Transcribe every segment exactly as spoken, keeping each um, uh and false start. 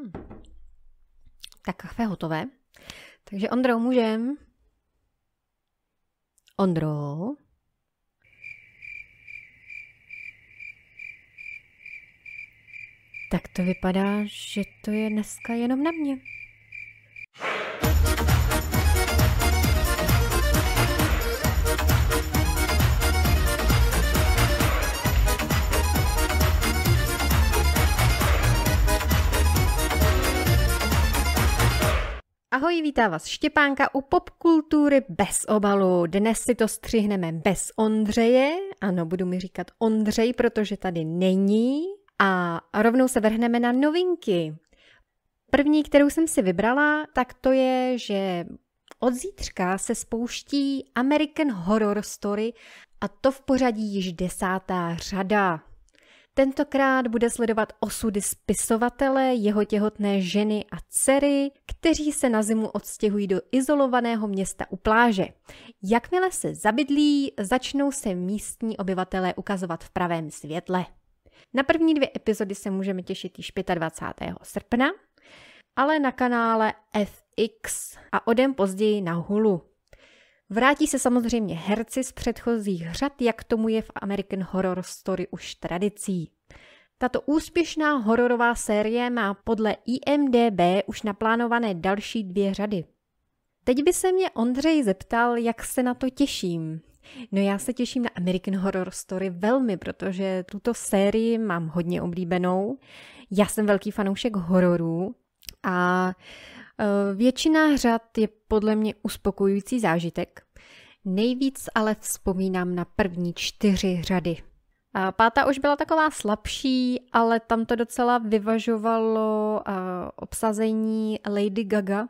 Hmm. Tak kafe hotové. Takže Ondro, můžem? Ondro? Tak to vypadá, že to je dneska jenom na mě. Ahoj, vítá vás Štěpánka u popkultury bez obalu. Dnes si to střihneme bez Ondřeje. Ano, budu mi říkat Ondřej, protože tady není. A rovnou se vrhneme na novinky. První, kterou jsem si vybrala, tak to je, že od zítřka se spouští American Horror Story a to v pořadí již desátá řada. Tentokrát bude sledovat osudy spisovatele, jeho těhotné ženy a dcery, kteří se na zimu odstěhují do izolovaného města u pláže. Jakmile se zabydlí, začnou se místní obyvatelé ukazovat v pravém světle. Na první dvě epizody se můžeme těšit již dvacátého pátého srpna, ale na kanále F X a o den později na Hulu. Vrátí se samozřejmě herci z předchozích řad, jak tomu je v American Horror Story už tradicí. Tato úspěšná hororová série má podle I M D B už naplánované další dvě řady. Teď by se mě Ondřej zeptal, jak se na to těším. No já se těším na American Horror Story velmi, protože tuto sérii mám hodně oblíbenou. Já jsem velký fanoušek hororů a většina řad je podle mě uspokojující zážitek. Nejvíc ale vzpomínám na první čtyři řady. A pátá už byla taková slabší, ale tam to docela vyvažovalo obsazení Lady Gaga,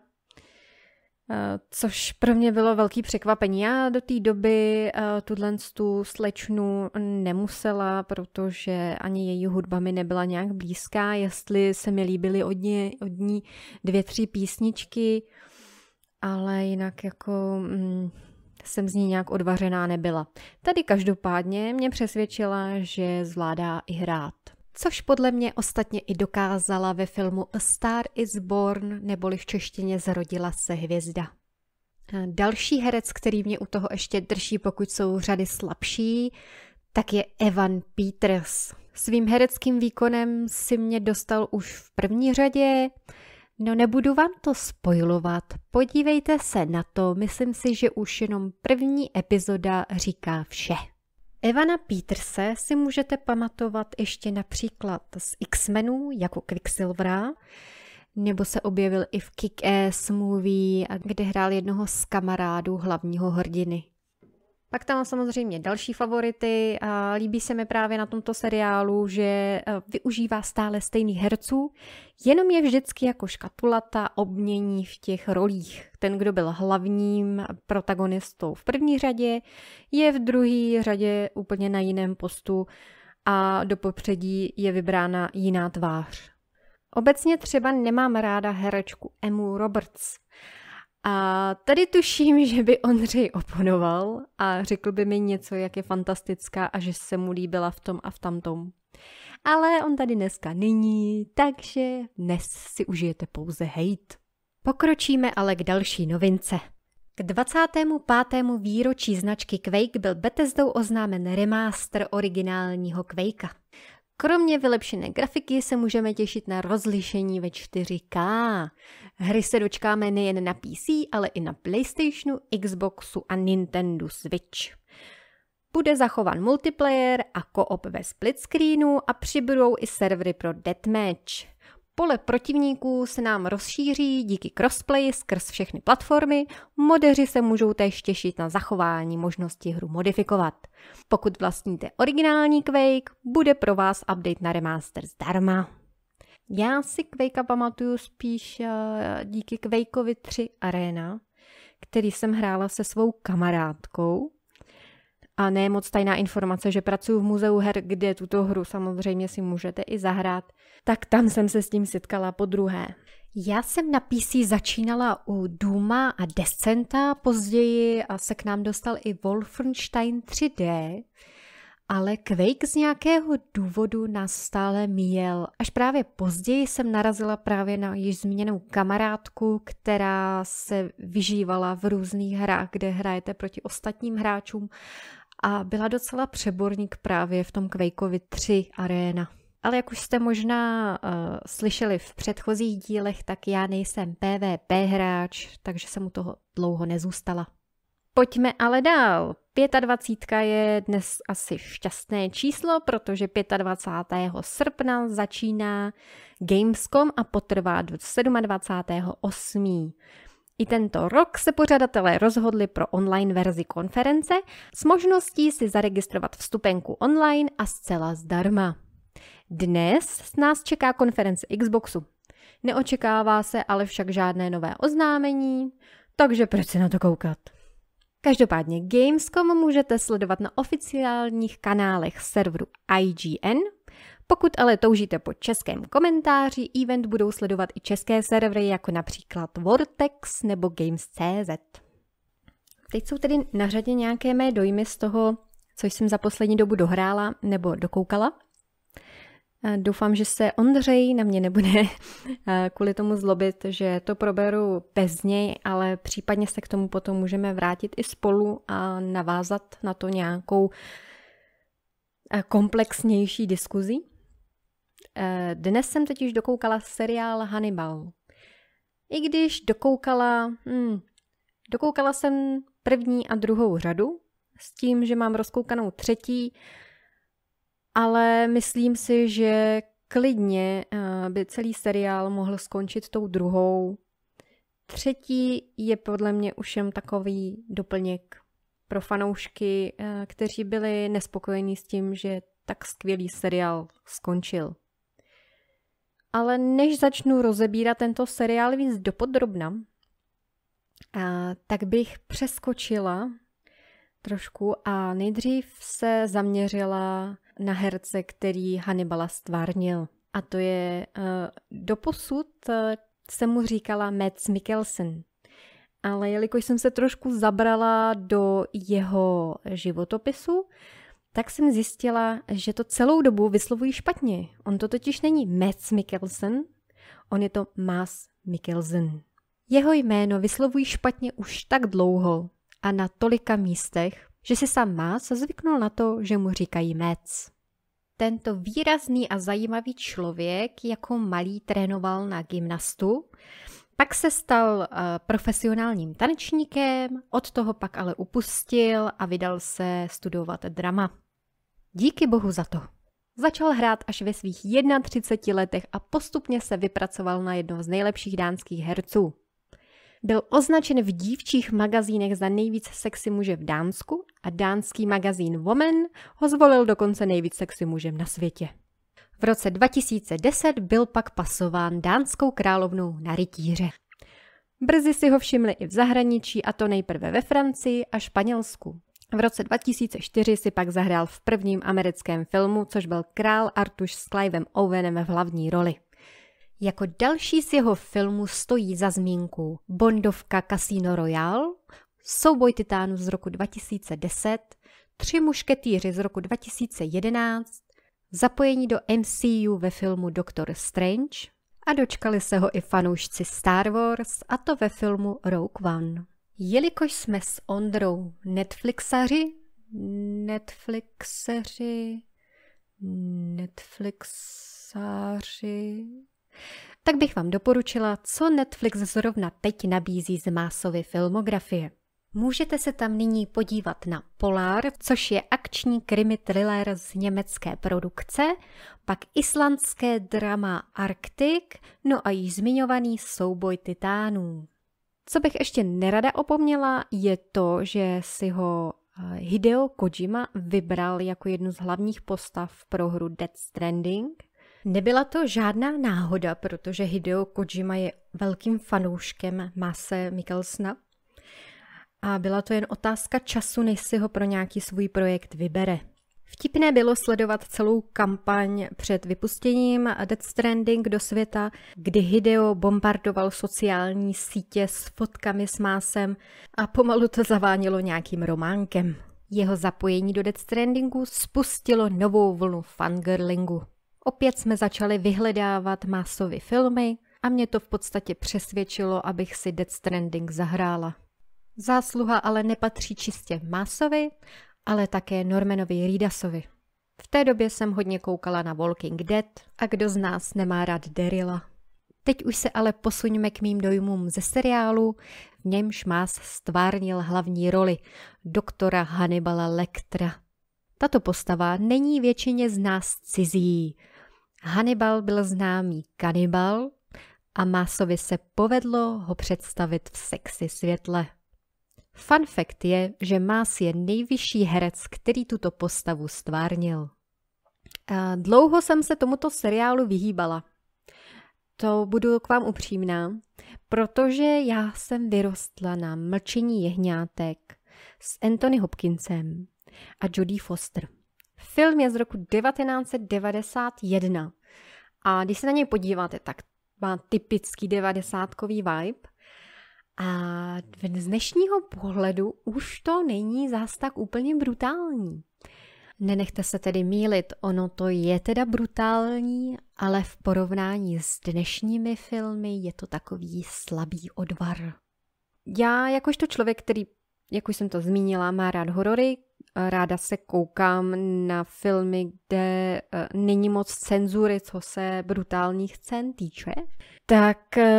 což pro mě bylo velký překvapení. Já do té doby tuhle tu slečnu nemusela, protože ani její hudba mi nebyla nějak blízká, jestli se mi líbily od ní, od ní dvě, tři písničky, ale jinak jako mm, jsem z ní nějak odvařená nebyla. Tady každopádně mě přesvědčila, že zvládá i hrát. Což podle mě ostatně i dokázala ve filmu A Star is Born, neboli v češtině Zrodila se hvězda. Další herec, který mě u toho ještě drží, pokud jsou řady slabší, tak je Evan Peters. Svým hereckým výkonem si mě dostal už v první řadě. No nebudu vám to spoilovat, podívejte se na to, myslím si, že už jenom první epizoda říká vše. Evana Peterse si můžete pamatovat ještě například z X-menů jako Quicksilvera, nebo se objevil i v Kick-Ass movie, kde hrál jednoho z kamarádů hlavního hrdiny. Pak tam mám samozřejmě další favority a líbí se mi právě na tomto seriálu, že využívá stále stejných herců, jenom je vždycky jako škatulata obmění v těch rolích. Ten, kdo byl hlavním protagonistou v první řadě, je v druhé řadě úplně na jiném postu a do popředí je vybrána jiná tvář. Obecně třeba nemám ráda herečku Emmu Roberts. A tady tuším, že by Ondřej oponoval a řekl by mi něco, jak je fantastická a že se mu líbila v tom a v tamtom. Ale on tady dneska není, takže dnes si užijete pouze hejt. Pokročíme ale k další novince. K dvacátému pátému výročí značky Quake byl Bethesdou oznámen remaster originálního Quakea. Kromě vylepšené grafiky se můžeme těšit na rozlišení ve čtyři ká. Hry se dočkáme nejen na P C, ale i na PlayStationu, Xboxu a Nintendo Switch. Bude zachován multiplayer a co-op ve split screenu a přibudou i servery pro deathmatch. Pole protivníků se nám rozšíří díky crossplay skrz všechny platformy, modeři se můžou též těšit na zachování možnosti hru modifikovat. Pokud vlastníte originální Quake, bude pro vás update na remaster zdarma. Já si Quakea pamatuju spíš díky Quakeovi tři Arena, který jsem hrála se svou kamarádkou. A ne moc tajná informace, že pracuji v muzeu her, kde tuto hru samozřejmě si můžete i zahrát, tak tam jsem se s tím setkala podruhé. Já jsem na P C začínala u Dooma a Descenta, později se k nám dostal i Wolfenstein tři dé Ale Quake z nějakého důvodu nás stále míjel. Až právě později jsem narazila právě na již zmíněnou kamarádku, která se vyžívala v různých hrách, kde hrajete proti ostatním hráčům a byla docela přeborník právě v tom Quakeovi tři Arena. Ale jak už jste možná uh, slyšeli v předchozích dílech, tak já nejsem P V P hráč, takže jsem u toho dlouho nezůstala. Pojďme ale dál. dvacet pět je dnes asi šťastné číslo, protože dvacátého pátého srpna začíná Gamescom a potrvá do dvacátého sedmého osmého I tento rok se pořadatelé rozhodli pro online verzi konference s možností si zaregistrovat vstupenku online a zcela zdarma. Dnes nás čeká konference Xboxu. Neočekává se ale však žádné nové oznámení, takže proč se na to koukat? Každopádně Gamescom můžete sledovat na oficiálních kanálech serveru I G N. Pokud ale toužíte po českém komentáři, event budou sledovat i české servery jako například Vortex nebo Games tečka cé zet. Teď jsou tedy na řadě nějaké mé dojmy z toho, co jsem za poslední dobu dohrála nebo dokoukala. Doufám, že se Ondřej na mě nebude kvůli tomu zlobit, že to proberu bez něj, ale případně se k tomu potom můžeme vrátit i spolu a navázat na to nějakou komplexnější diskuzi. Dnes jsem totiž dokoukala seriál Hannibal. I když dokoukala, hmm, dokoukala jsem první a druhou řadu s tím, že mám rozkoukanou třetí, ale myslím si, že klidně by celý seriál mohl skončit tou druhou. Třetí je podle mě už jen takový doplněk pro fanoušky, kteří byli nespokojení s tím, že tak skvělý seriál skončil. Ale než začnu rozebírat tento seriál víc dopodrobna, tak bych přeskočila trošku a nejdřív se zaměřila na herce, který Hannibala stvárnil. A to je uh, doposud uh, jsem mu říkala Mads Mikkelsen. Ale jelikož jsem se trošku zabrala do jeho životopisu, tak jsem zjistila, že to celou dobu vyslovují špatně. On to totiž není Mads Mikkelsen, on je to Mads Mikkelsen. Jeho jméno vyslovují špatně už tak dlouho a na tolika místech, že si sám Mads zvyknul na to, že mu říkají Mads. Tento výrazný a zajímavý člověk jako malý trénoval na gymnastu, pak se stal uh, profesionálním tanečníkem, od toho pak ale upustil a vydal se studovat drama. Díky bohu za to. Začal hrát až ve svých třiceti jedné letech a postupně se vypracoval na jednoho z nejlepších dánských herců. Byl označen v dívčích magazínech za nejvíc sexy muže v Dánsku a dánský magazín Woman ho zvolil dokonce nejvíc sexy mužem na světě. V roce dva tisíce deset byl pak pasován dánskou královnou na rytíře. Brzy si ho všimli i v zahraničí, a to nejprve ve Francii a Španělsku. V roce dva tisíce čtyři si pak zahrál v prvním americkém filmu, což byl Král Artuš s Clivem Owenem v hlavní roli. Jako další z jeho filmů stojí za zmínku Bondovka Casino Royale, Souboj titánů z roku dva tisíce deset, Tři mušketýři z roku dva tisíce jedenáct, zapojení do M C U ve filmu Doctor Strange a dočkali se ho i fanoušci Star Wars, a to ve filmu Rogue One. Jelikož jsme s Ondrou Netflixaři, Netflixeři, Netflixáři, tak bych vám doporučila, co Netflix zrovna teď nabízí z Maasovy filmografie. Můžete se tam nyní podívat na Polar, což je akční krimi thriller z německé produkce, pak islandské drama Arctic, no a již zmiňovaný Souboj titánů. Co bych ještě nerada opomněla, je to, že si ho Hideo Kojima vybral jako jednu z hlavních postav pro hru Death Stranding. Nebyla to žádná náhoda, protože Hideo Kojima je velkým fanouškem Madse Mikkelsena a byla to jen otázka času, než si ho pro nějaký svůj projekt vybere. Vtipné bylo sledovat celou kampaň před vypustěním Death Stranding do světa, kdy Hideo bombardoval sociální sítě s fotkami s Másem a pomalu to zavánělo nějakým románkem. Jeho zapojení do Death Strandingu spustilo novou vlnu fangirlingu. Opět jsme začali vyhledávat Maasovy filmy a mě to v podstatě přesvědčilo, abych si Death Stranding zahrála. Zásluha ale nepatří čistě Maasovi, ale také Normanovi Reedasovi. V té době jsem hodně koukala na Walking Dead a kdo z nás nemá rád Daryla. Teď už se ale posuňme k mým dojmům ze seriálu, v němž Maas stvárnil hlavní roli, doktora Hannibala Lectera. Tato postava není většině z nás cizí. Hannibal byl známý kanibal a Maasovi se povedlo ho představit v sexy světle. Fun fact je, že Maas je nejvyšší herec, který tuto postavu stvárnil. A dlouho jsem se tomuto seriálu vyhýbala. To budu k vám upřímná, protože já jsem vyrostla na Mlčení jehňátek s Anthony Hopkinsem a Jodie Foster. Film je z roku devatenáct set devadesát jedna a když se na něj podíváte, tak má typický devadesátkový vibe. A z dnešního pohledu už to není zas tak úplně brutální. Nenechte se tedy mýlit, ono to je teda brutální, ale v porovnání s dnešními filmy je to takový slabý odvar. Já jakožto člověk, který, jak už jsem to zmínila, má rád horory, ráda se koukám na filmy, kde není moc cenzury, co se brutálních scén týče, tak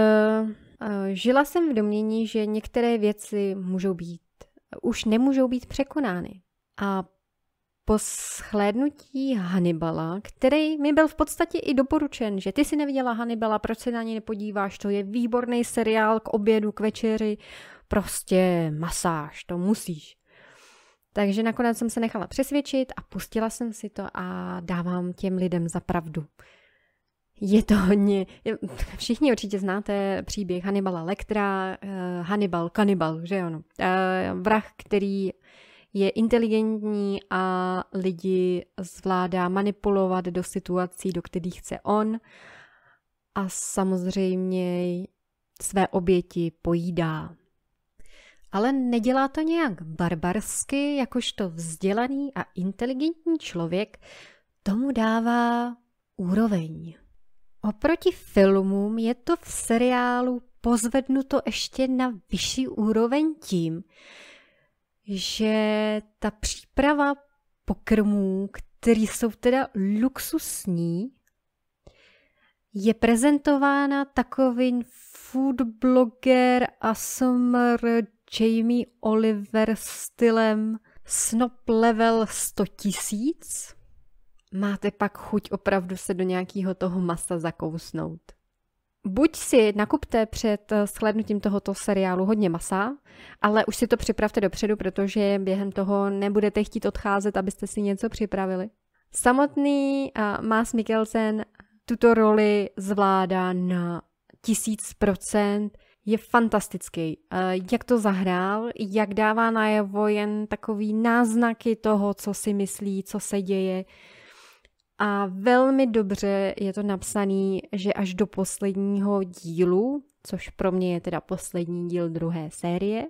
žila jsem v domnění, že některé věci můžou být, už nemůžou být překonány. A po shlédnutí Hannibala, který mi byl v podstatě i doporučen, že ty si neviděla Hannibala, proč se na ně nepodíváš, to je výborný seriál k obědu, k večeři, prostě masáž, to musíš. Takže nakonec jsem se nechala přesvědčit a pustila jsem si to a dávám těm lidem za pravdu. Je to hodně, všichni určitě znáte příběh Hannibala Lectera, uh, Hannibal, kanibal, že ono, uh, vrah, který je inteligentní a lidi zvládá manipulovat do situací, do kterých chce on a samozřejmě své oběti pojídá. Ale nedělá to nějak barbarsky, jakožto vzdělaný a inteligentní člověk tomu dává úroveň. Oproti filmům je to v seriálu pozvednuto ještě na vyšší úroveň tím, že ta příprava pokrmů, které jsou teda luxusní, je prezentována takovým food blogger A S M R Jamie Oliver stylem snob level sto tisíc. Máte pak chuť opravdu se do nějakého toho masa zakousnout. Buď si nakupte před shlédnutím tohoto seriálu hodně masa, ale už si to připravte dopředu, protože během toho nebudete chtít odcházet, abyste si něco připravili. Samotný uh, Mads Mikkelsen tuto roli zvládá na tisíc procent, je fantastický. Uh, jak to zahrál, jak dává najevo jen takový náznaky toho, co si myslí, co se děje. A velmi dobře je to napsaný, že až do posledního dílu, což pro mě je teda poslední díl druhé série,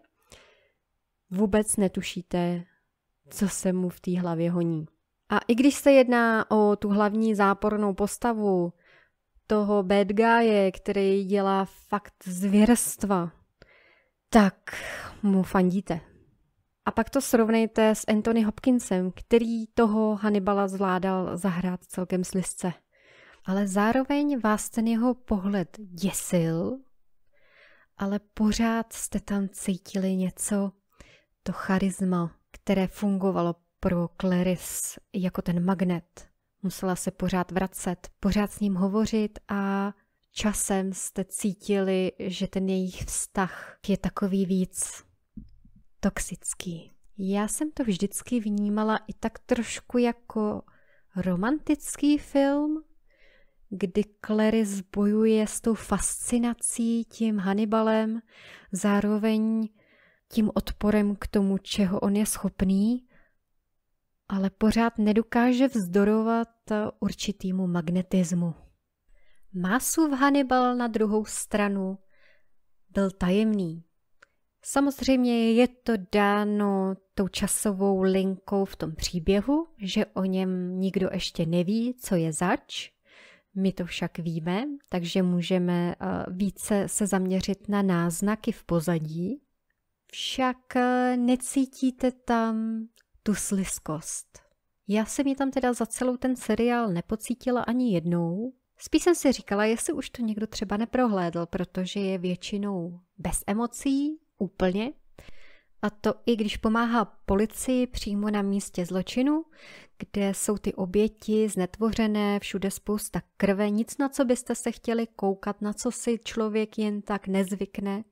vůbec netušíte, co se mu v té hlavě honí. A i když se jedná o tu hlavní zápornou postavu toho bad guye, který dělá fakt zvěrstva, tak mu fandíte. A pak to srovnejte s Anthony Hopkinsem, který toho Hannibala zvládal zahrát celkem slizce. Ale zároveň vás ten jeho pohled děsil, ale pořád jste tam cítili něco, to charisma, které fungovalo pro Clarice jako ten magnet. Musela se pořád vracet, pořád s ním hovořit a časem jste cítili, že ten jejich vztah je takový víc toxický. Já jsem to vždycky vnímala i tak trošku jako romantický film, kdy Clarice bojuje s tou fascinací tím Hannibalem, zároveň tím odporem k tomu, čeho on je schopný, ale pořád nedokáže vzdorovat určitýmu magnetismu. Maasův Hannibal na druhou stranu byl tajemný. Samozřejmě je to dáno tou časovou linkou v tom příběhu, že o něm nikdo ještě neví, co je zač. My to však víme, takže můžeme více se zaměřit na náznaky v pozadí. Však necítíte tam tu slizkost. Já jsem ji tam teda za celou ten seriál nepocítila ani jednou. Spíš jsem si říkala, jestli už to někdo třeba neprohlédl, protože je většinou bez emocí, úplně. A to i když pomáhá policii přímo na místě zločinu, kde jsou ty oběti znetvořené, všude spousta krve, nic, na co byste se chtěli koukat, na co si člověk jen tak nezvykne.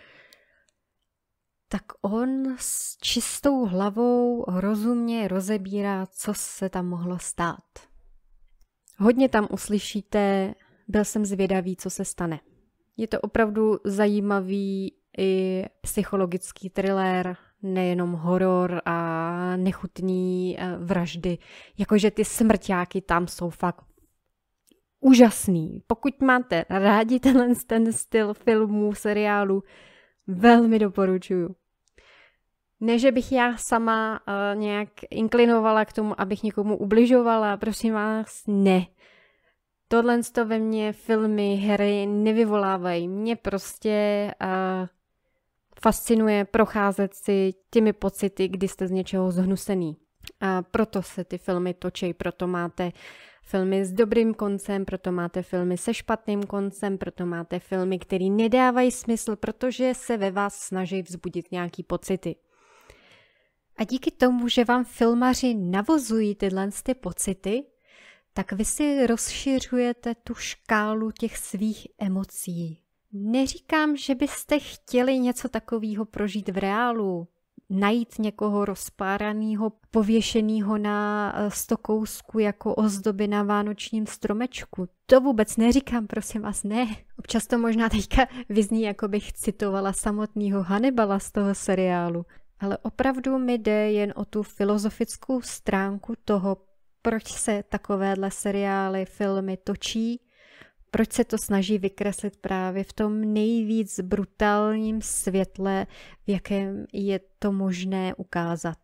Tak on s čistou hlavou rozumně rozebírá, co se tam mohlo stát. Hodně tam uslyšíte, byl jsem zvědavý, co se stane. Je to opravdu zajímavý i psychologický thriller, nejenom horor a nechutný vraždy. Jakože ty smrťáky tam jsou fakt úžasný. Pokud máte rádi tenhle ten styl filmů, seriálu, velmi doporučuju. Ne, že bych já sama uh, nějak inklinovala k tomu, abych někomu ubližovala, prosím vás, ne. Tohle to ve mně filmy, hry nevyvolávají. Mě prostě uh, fascinuje procházet si těmi pocity, kdy jste z něčeho zhnusený. A proto se ty filmy točí, proto máte filmy s dobrým koncem, proto máte filmy se špatným koncem, proto máte filmy, které nedávají smysl, protože se ve vás snaží vzbudit nějaký pocity. A díky tomu, že vám filmaři navozují tyhle ty pocity, tak vy si rozšiřujete tu škálu těch svých emocí. Neříkám, že byste chtěli něco takového prožít v reálu, najít někoho rozpáraného, pověšeného na sto kousků jako ozdoby na vánočním stromečku. To vůbec neříkám, prosím vás, ne. Občas to možná teďka vyzní, jako bych citovala samotného Hannibala z toho seriálu. Ale opravdu mi jde jen o tu filozofickou stránku toho, proč se takovéhle seriály, filmy točí, proč se to snaží vykreslit právě v tom nejvíc brutálním světle, v jakém je to možné ukázat.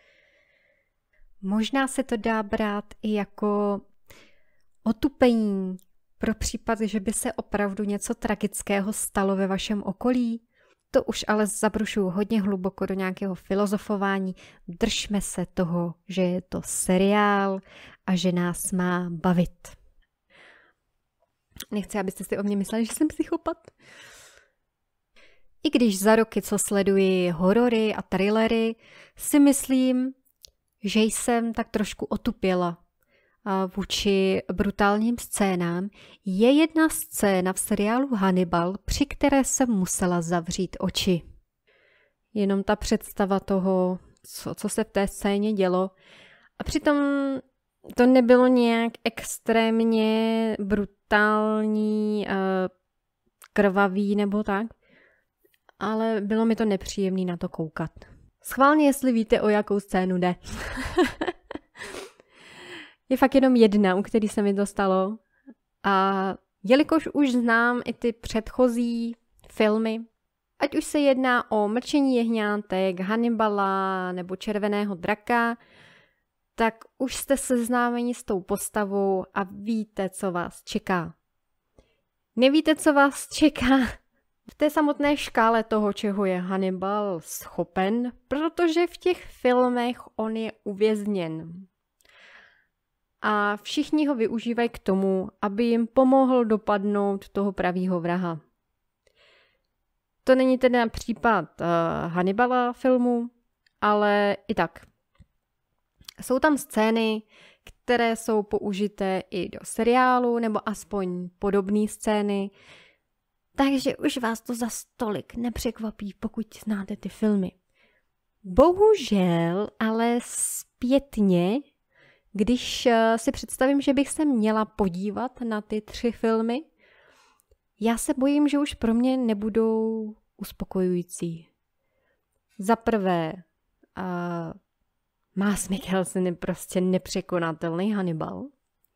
Možná se to dá brát i jako otupení pro případ, že by se opravdu něco tragického stalo ve vašem okolí. To už ale zabrušuju hodně hluboko do nějakého filozofování. Držme se toho, že je to seriál a že nás má bavit. Nechci, abyste si o mě mysleli, že jsem psychopat. I když za roky, co sleduji horory a thrillery, si myslím, že jsem tak trošku otupěla vůči brutálním scénám, je jedna scéna v seriálu Hannibal, při které jsem musela zavřít oči. Jenom ta představa toho, co, co se v té scéně dělo. A přitom to nebylo nějak extrémně brutální, krvavý nebo tak, ale bylo mi to nepříjemné na to koukat. Schválně, jestli víte, o jakou scénu jde. Je fakt jenom jedna, u který se mi to stalo. A jelikož už znám i ty předchozí filmy, ať už se jedná o Mlčení jehňátek, Hannibala nebo Červeného draka, tak už jste seznámeni s tou postavou a víte, co vás čeká. Nevíte, co vás čeká v té samotné škále toho, čeho je Hannibal schopen, protože v těch filmech on je uvězněn. A všichni ho využívají k tomu, aby jim pomohl dopadnout toho pravýho vraha. To není teda případ uh, Hannibala filmu, ale i tak. Jsou tam scény, které jsou použité i do seriálu, nebo aspoň podobné scény, takže už vás to za stolik nepřekvapí, pokud znáte ty filmy. Bohužel, ale zpětně, když si představím, že bych se měla podívat na ty tři filmy, já se bojím, že už pro mě nebudou uspokojující. Za prvé, uh, Mads Mikkelsen je prostě nepřekonatelný Hannibal.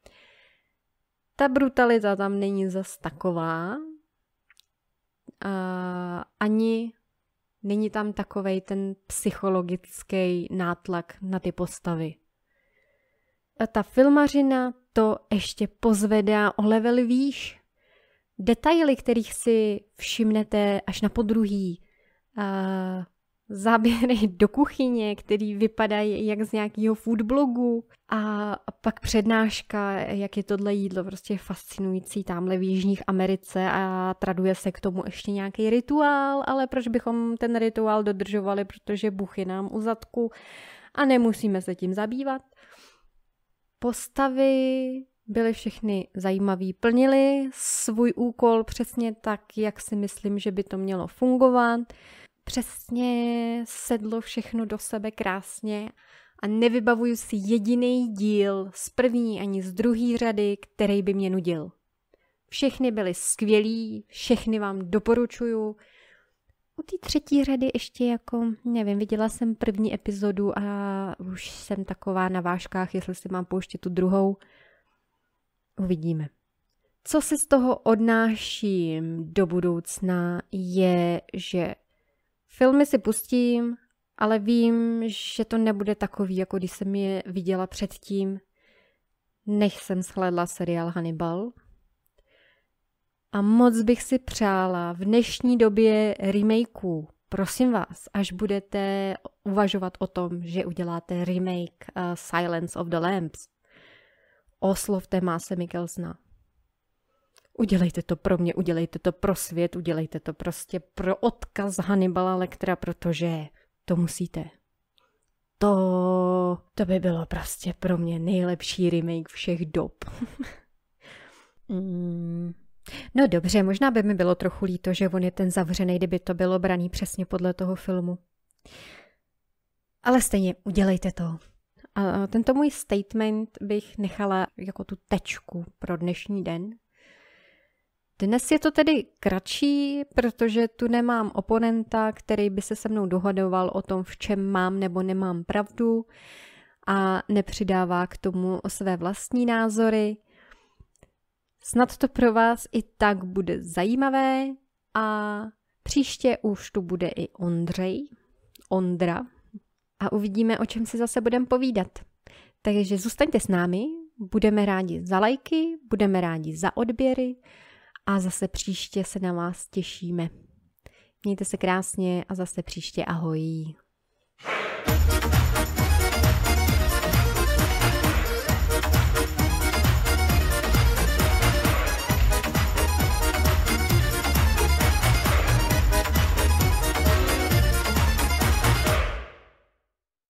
Ta brutalita tam není zas taková. Uh, ani Není tam takovej ten psychologický nátlak na ty postavy. A ta filmařina to ještě pozvedá o level výš. Detaily, kterých si všimnete až na podruhý, a záběry do kuchyně, který vypadají jak z nějakého foodblogu, a pak přednáška, jak je tohle jídlo prostě fascinující tamhle v Jižních Americe a traduje se k tomu ještě nějaký rituál, ale proč bychom ten rituál dodržovali, protože Bůh je nám u zadku a nemusíme se tím zabývat. Postavy byly všechny zajímavý, plnili svůj úkol přesně tak, jak si myslím, že by to mělo fungovat. Přesně sedlo všechno do sebe krásně a nevybavuju si jediný díl z první ani z druhé řady, který by mě nudil. Všechny byly skvělý, všechny vám doporučuju. U té třetí řady ještě jako, nevím, viděla jsem první epizodu a už jsem taková na vážkách, jestli si mám pouštět tu druhou. Uvidíme. Co si z toho odnáším do budoucna je, že filmy si pustím, ale vím, že to nebude takový, jako když jsem je viděla předtím, než jsem shlédla seriál Hannibal. A moc bych si přála v dnešní době remakeů. Prosím vás, až budete uvažovat o tom, že uděláte remake uh, Silence of the Lambs, oslovte Máse Mikkelsena. Udělejte to pro mě, udělejte to pro svět, udělejte to prostě pro odkaz Hannibala Lectera, protože to musíte. To, to by bylo prostě pro mě nejlepší remake všech dob. mm. No dobře, možná by mi bylo trochu líto, že on je ten zavřený, kdyby to bylo braný přesně podle toho filmu. Ale stejně, udělejte to. A tento můj statement bych nechala jako tu tečku pro dnešní den. Dnes je to tedy kratší, protože tu nemám oponenta, který by se se mnou dohadoval o tom, v čem mám nebo nemám pravdu a nepřidává k tomu své vlastní názory. Snad to pro vás i tak bude zajímavé a příště už tu bude i Ondřej, Ondra a uvidíme, o čem si zase budeme povídat. Takže zůstaňte s námi, budeme rádi za lajky, budeme rádi za odběry a zase příště se na vás těšíme. Mějte se krásně a zase příště ahoj.